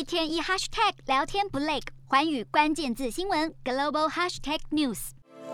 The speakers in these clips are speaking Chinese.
天一 hashtag 聊天不累，寰宇关键字新闻 global hashtag news。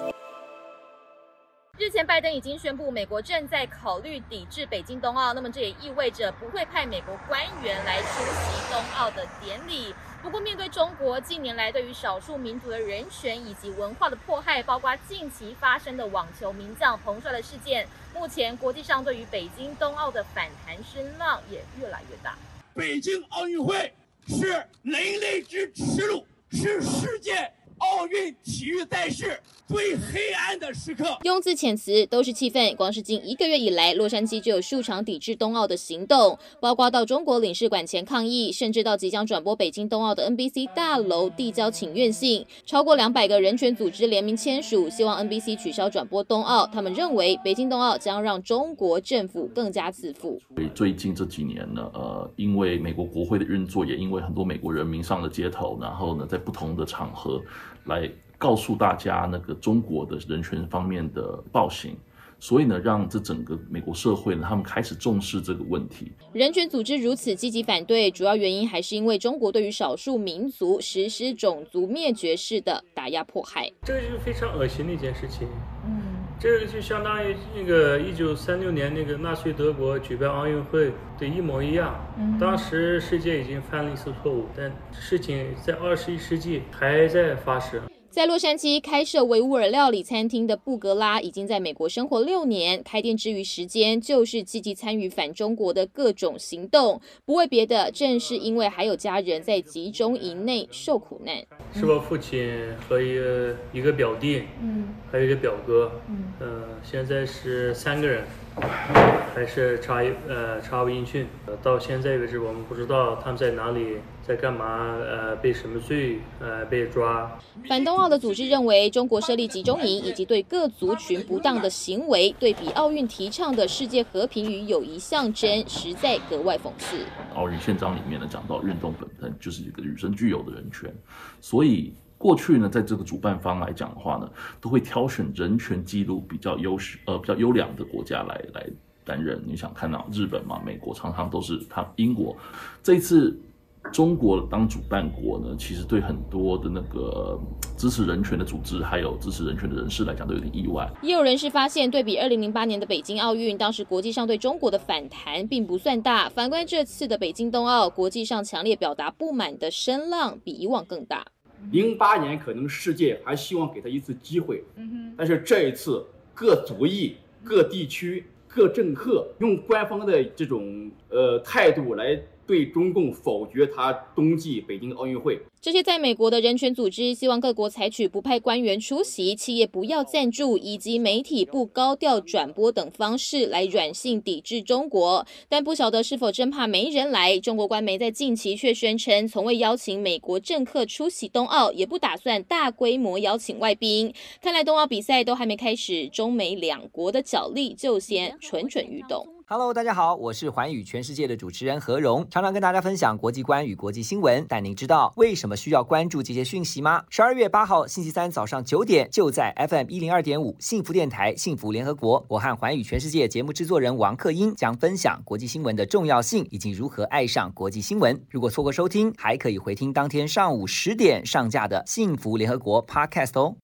日前，拜登已经宣布，美国正在考虑抵制北京冬奥，那么这也意味着不会派美国官员来出席冬奥的典礼。不过，面对中国近年来对于少数民族的人权以及文化的迫害，包括近期发生的网球名将彭帅的事件，目前国际上对于北京冬奥的反弹声浪也越来越大。 北京奥运会是人类之耻辱，是世界奥运体育赛事最黑暗的时刻。 用字遣词都是气愤，光是近1个月以来，洛杉矶就有数场抵制冬奥的行动，包括到中国领事馆前抗议，甚至到即将转播北京冬奥的 NBC 大楼递交请愿信，超过200个人权组织联名签署，希望 NBC 取消转播冬奥。他们认为北京冬奥将让中国政府更加自负。 最近这几年呢，因为美国国会的运作，也因为很多美国人民上了街头，然后呢，在不同的场合来告诉大家那个中国的人权方面的暴行，所以呢，让这整个美国社会呢，他们开始重视这个问题。 人权组织如此积极反对，主要原因还是因为中国对于少数民族实施种族灭绝式的打压迫害。 这个是非常恶心的一件事情。这个就相当于那个1936年那个纳粹德国举办奥运会的一模一样。当时世界已经犯了一次错误，但事情在21世纪还在发生。 在洛杉矶开设维吾尔料理餐厅的布格拉已经在美国生活6年，开店之余时间就是积极参与反中国的各种行动，不为别的，正是因为还有家人在集中营内受苦难。 是我父亲和一个表弟，还有一个表哥，现在是3个人，还是查无音讯。到现在为止，我们不知道他们在哪里，在干嘛，被什么罪被抓。 反冬奥的组织认为，中国设立集中营以及对各族群不当的行为，对比奥运提倡的世界和平与友谊象征，实在格外讽刺。 奥运宪章里面呢讲到，运动本身就是一个与生俱有的人权，所以过去呢，在这个主办方来讲的话呢，都会挑选人权记录比较优良的国家来担任。你想看到日本嘛、美国常常都是英国，这一次中国当主办国呢，其实对很多的那个支持人权的组织还有支持人权的人士来讲都有点意外。 也有人士发现，对比2008年的北京奥运，当时国际上对中国的反弹并不算大，反观这次的北京冬奥，国际上强烈表达不满的声浪比以往更大。 08年可能世界还希望给他一次机会，但是这一次各族裔、各地区、各政客用官方的这种态度来对中共否决他冬季北京奥运会。 这些在美国的人权组织希望各国采取不派官员出席、企业不要赞助以及媒体不高调转播等方式来软性抵制中国，但不晓得是否真怕没人来。中国官媒在近期却宣称，从未邀请美国政客出席冬奥，也不打算大规模邀请外宾。看来冬奥比赛都还没开始，中美2国的角力就先蠢蠢欲动。 Hello， 大家好，我是寰宇全世界的主持人何荣，常常跟大家分享国际观与国际新闻。但您知道为什么需要关注这些讯息吗？12月8号星期三早上9点，就在 FM 102.5幸福电台幸福联合国，我和寰宇全世界节目制作人王克英将分享国际新闻的重要性以及如何爱上国际新闻。如果错过收听，还可以回听当天上午10点上架的幸福联合国 Podcast 哦。